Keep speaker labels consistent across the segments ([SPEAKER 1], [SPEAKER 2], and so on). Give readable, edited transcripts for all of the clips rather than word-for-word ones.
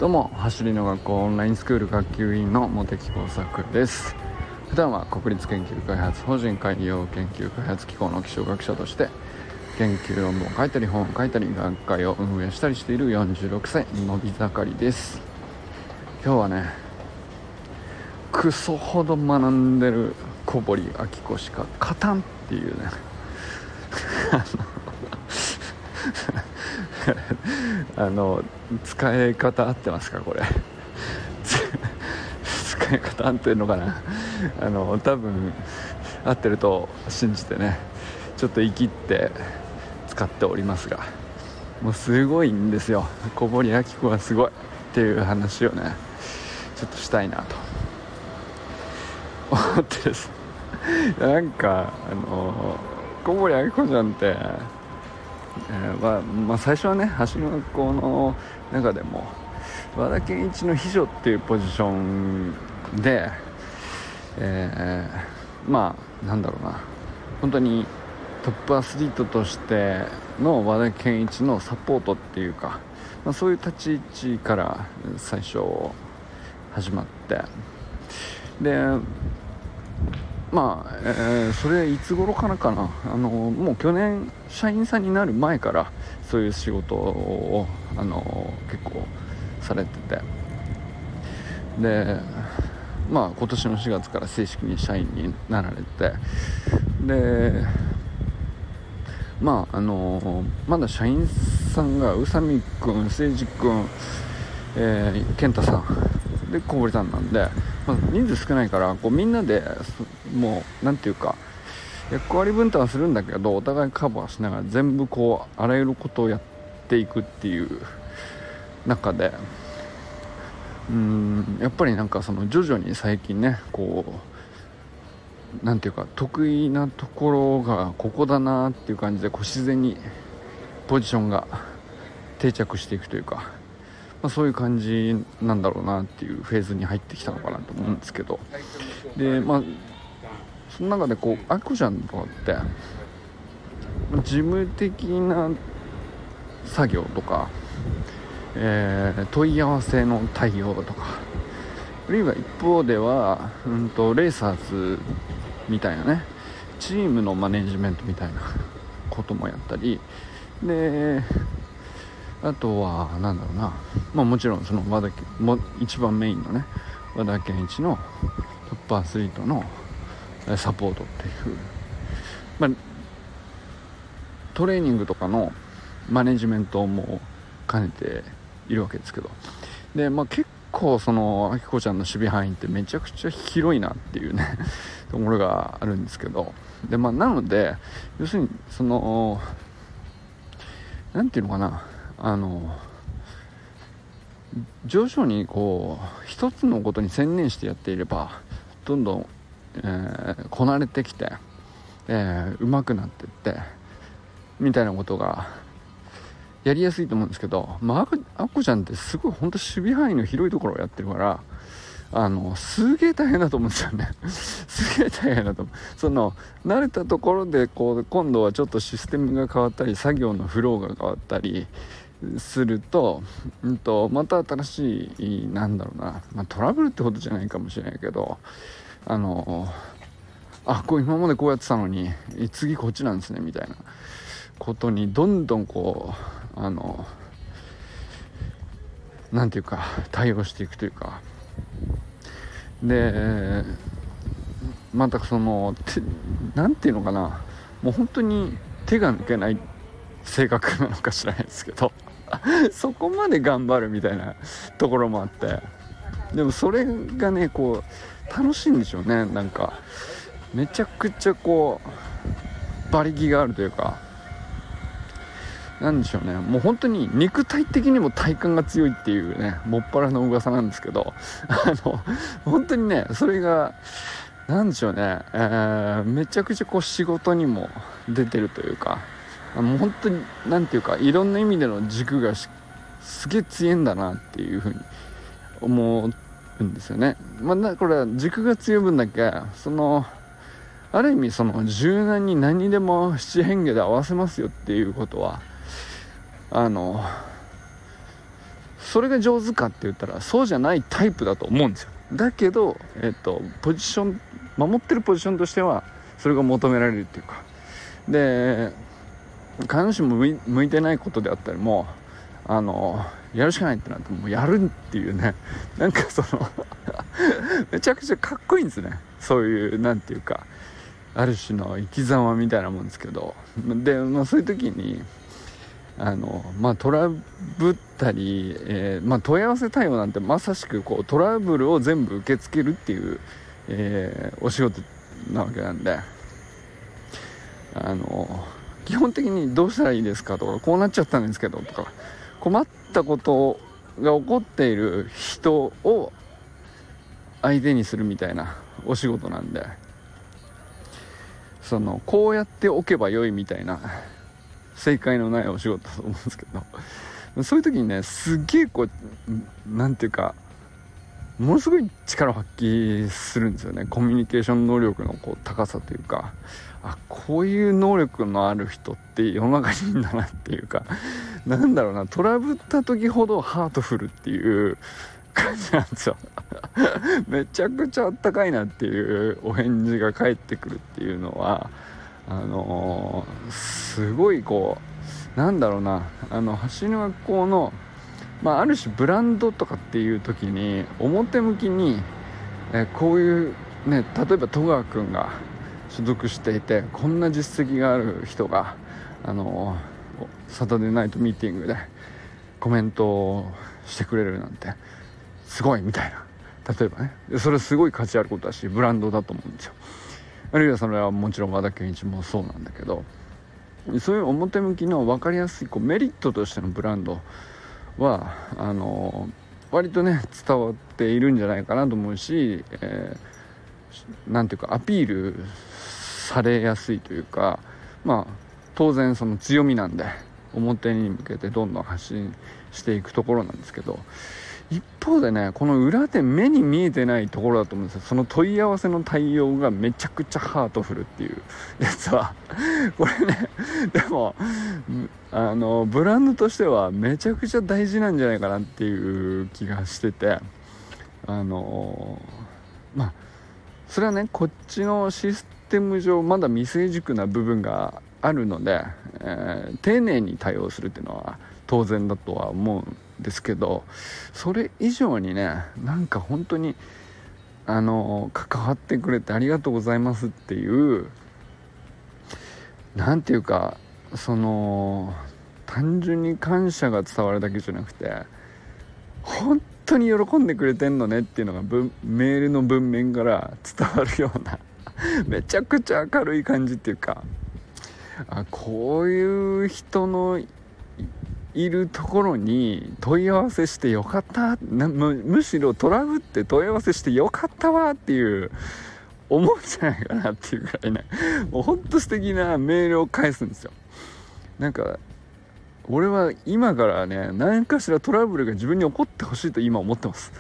[SPEAKER 1] どうも、走りの学校オンラインスクール学級委員の茂木耕作です。普段は国立研究開発法人海洋研究開発機構の気象学者として研究論文を書いたり本を書いたり学会を運営したりしている46歳のび盛りです。今日はね、クソほど学んでる小堀明子しか勝たんっていうね使い方合ってますかこれ使い方合ってるのかな。多分合ってると信じてね、ちょっと生きって使っておりますが、もうすごいんですよ。小堀明子はすごいっていう話をね、ちょっとしたいなと思ってですなんか小堀明子ちゃんって最初はね、走りの学校の中でも和田健一の秘書っていうポジションで、なんだろうな、本当にトップアスリートとしての和田健一のサポートっていうか、そういう立ち位置から最初始まって、でそれいつ頃からかな、もう去年社員さんになる前からそういう仕事を結構されてて、で今年の4月から正式に社員になられて、でまだ社員さんが宇佐美くん、誠司くん、健太さんで小堀さんなんで、人数少ないからみんなでもうなんていうか役割分担はするんだけど、お互いカバーしながら全部あらゆることをやっていくっていう中で、やっぱり徐々に最近ね、なんていうか得意なところがここだなっていう感じで自然にポジションが定着していくというか、そういう感じなんだろうなっていうフェーズに入ってきたのかなと思うんですけど、でその中であきこちゃんとかって事務的な作業とか、問い合わせの対応とか、あるいは一方ではレーサーズみたいなね、チームのマネジメントみたいなこともやったりで、あとはなんだろうな、もちろんその一番メインのね和田健一のトップアスリートのサポートっていう、トレーニングとかのマネジメントも兼ねているわけですけど、で結構そのあきこちゃんの守備範囲ってめちゃくちゃ広いなっていうねところがあるんですけど、でなので要するにそのなんていうのかな、徐々に一つのことに専念してやっていればどんどん、こなれてきて、上手くなっていってみたいなことがやりやすいと思うんですけど、あっこちゃんってすごい本当守備範囲の広いところをやってるから、すげえ大変だと思うんですよねすげえ大変だと思う。その慣れたところで今度はちょっとシステムが変わったり作業のフローが変わったりすると、また新しいトラブルってことじゃないかもしれないけど、今までこうやってたのに次こっちなんですねみたいなことにどんどんなんていうか対応していくというかで、またなんていうのかな、もう本当に手が抜けない性格なのか知らないですけどそこまで頑張るみたいなところもあって、でもそれがね楽しいんでしょうね。めちゃくちゃ馬力があるというか、なんでしょうね、もう本当に肉体的にも体幹が強いっていうね、もっぱらの噂なんですけど本当にね、それがなんでしょうね、めちゃくちゃ仕事にも出てるというか、もう本当になんていうかいろんな意味での軸がすげえ強いんだなっていうふうに思うんですよね。これは軸が強い分だけある意味柔軟に何にでも七変化で合わせますよっていうことはそれが上手かって言ったらそうじゃないタイプだと思うんですよ。だけど、ポジション守ってるポジションとしてはそれが求められるっていうか、で必ずしも向いてないことであったりもやるしかないってなってもうやるっていうね、なんかめちゃくちゃかっこいいんですね。そういうなんていうかある種の生き様みたいなもんですけど、で、そういう時にトラブったり、問い合わせ対応なんてまさしくこうトラブルを全部受け付けるっていう、お仕事なわけなんで、基本的にどうしたらいいですかとか、こうなっちゃったんですけどとか、困ったことが起こっている人を相手にするみたいなお仕事なんで、こうやっておけばよいみたいな正解のないお仕事だと思うんですけど、そういう時にね、すっげえこうなんていうかものすごい力を発揮するんですよね。コミュニケーション能力のこう高さというか、こういう能力のある人って世の中にいるんだなっていうか、なんだろうな、トラブった時ほどハートフルっていう感じなんですよめちゃくちゃあったかいなっていうお返事が返ってくるっていうのはすごいこうなんだろうな、走りの学校の、ある種ブランドとかっていう時に表向きに、こういうね、例えば戸川君が所属していてこんな実績がある人がサタデーナイトミーティングでコメントをしてくれるなんてすごいみたいな、例えばね、それすごい価値あることだしブランドだと思うんですよ。あるいはそれはもちろん和田健一もそうなんだけど、そういう表向きの分かりやすいこうメリットとしてのブランドは割とね伝わっているんじゃないかなと思うし、なんていうかアピールされやすいというか、当然その強みなんで表に向けてどんどん発信していくところなんですけど、一方でね、この裏で目に見えてないところだと思うんですよ。その問い合わせの対応がめちゃくちゃハートフルっていうやつはこれね、でもブランドとしてはめちゃくちゃ大事なんじゃないかなっていう気がしてて、それはね、こっちのシステム上まだ未成熟な部分があるので、丁寧に対応するっていうのは当然だとは思うんですけど、それ以上にね、なんか本当に関わってくれてありがとうございますっていう、なんていうか単純に感謝が伝わるだけじゃなくて本当に喜んでくれてんのねっていうのがメールの文面から伝わるようなめちゃくちゃ明るい感じっていうか、こういう人のいるところに問い合わせしてよかった、むしろトラブって問い合わせしてよかったわっていう思うんじゃないかなっていうくらいね、もうほんと素敵なメールを返すんですよ。なんか俺は今からね、何かしらトラブルが自分に起こってほしいと今思ってます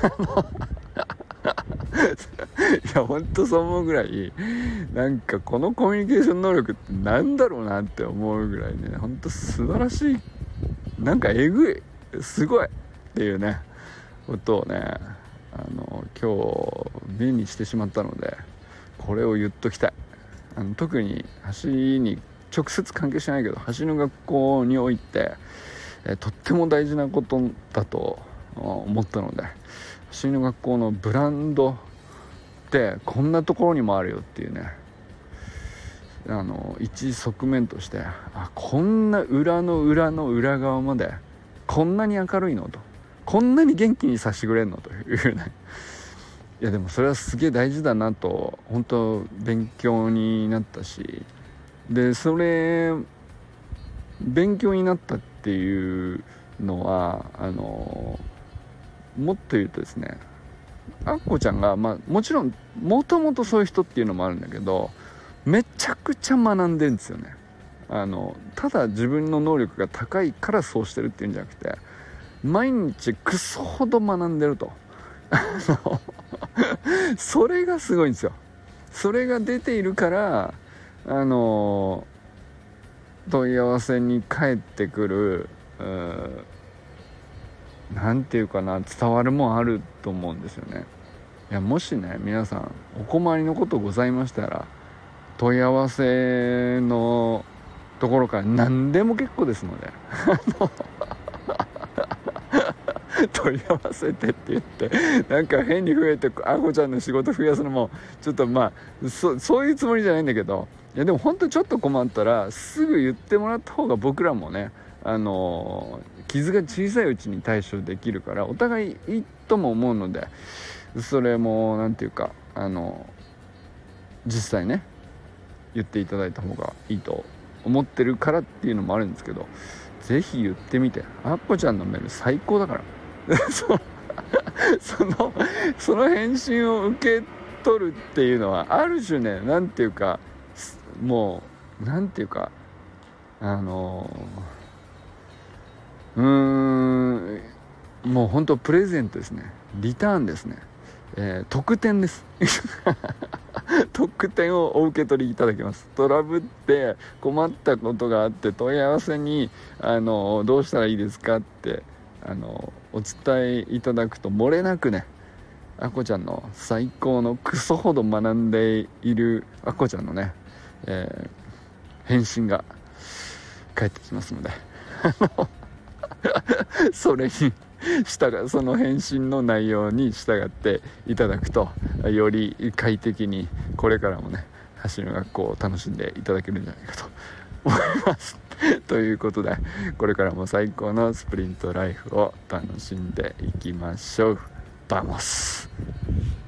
[SPEAKER 1] いやほんとそう思うぐらい、なんかこのコミュニケーション能力ってなんだろうなって思うぐらいね、ほんと素晴らしい、なんかえぐい、すごいっていうねことをね今日目にしてしまったので、これを言っときたい。特に走りに直接関係してないけど走りの学校において、とっても大事なことだと思ったので、走りの学校のブランドってこんなところにもあるよっていうね、一側面として、こんな裏の裏の裏側までこんなに明るいのと、こんなに元気にさせてくれるのというねいやでもそれはすげえ大事だなと本当勉強になったし、でそれ勉強になったっていうのはもっと言うとですね、あっこちゃんがもちろんもともとそういう人っていうのもあるんだけど、めちゃくちゃ学んでるんですよね。ただ自分の能力が高いからそうしてるっていうんじゃなくて、毎日クソほど学んでるとそれがすごいんですよ。それが出ているから問い合わせに返ってくるなんていうかな、伝わるもんあると思うんですよね。いや、もしね皆さんお困りのことございましたら、問い合わせのところから何でも結構ですので問い合わせてって言ってなんか変に増えてあこちゃんの仕事増やすのもちょっとそういうつもりじゃないんだけど、いやでも本当ちょっと困ったらすぐ言ってもらった方が僕らもね傷が小さいうちに対処できるからお互いいいとも思うので、それもなんていうか実際ね言っていただいた方がいいと思ってるからっていうのもあるんですけど、ぜひ言ってみて。あっこちゃんのメール最高だからその返信を受け取るっていうのはある種ね、なんていうかもうなんていうかもう本当プレゼントですね、リターンですね、特典です特典をお受け取りいただけます。トラブって困ったことがあって問い合わせにどうしたらいいですかってお伝えいただくと漏れなくね、あこちゃんの最高のクソほど学んでいるあこちゃんのね、返信が返ってきますのでそれにその返信の内容に従っていただくとより快適にこれからもね走る学校を楽しんでいただけるんじゃないかと思いますということで、これからも最高のスプリントライフを楽しんでいきましょう。バモス。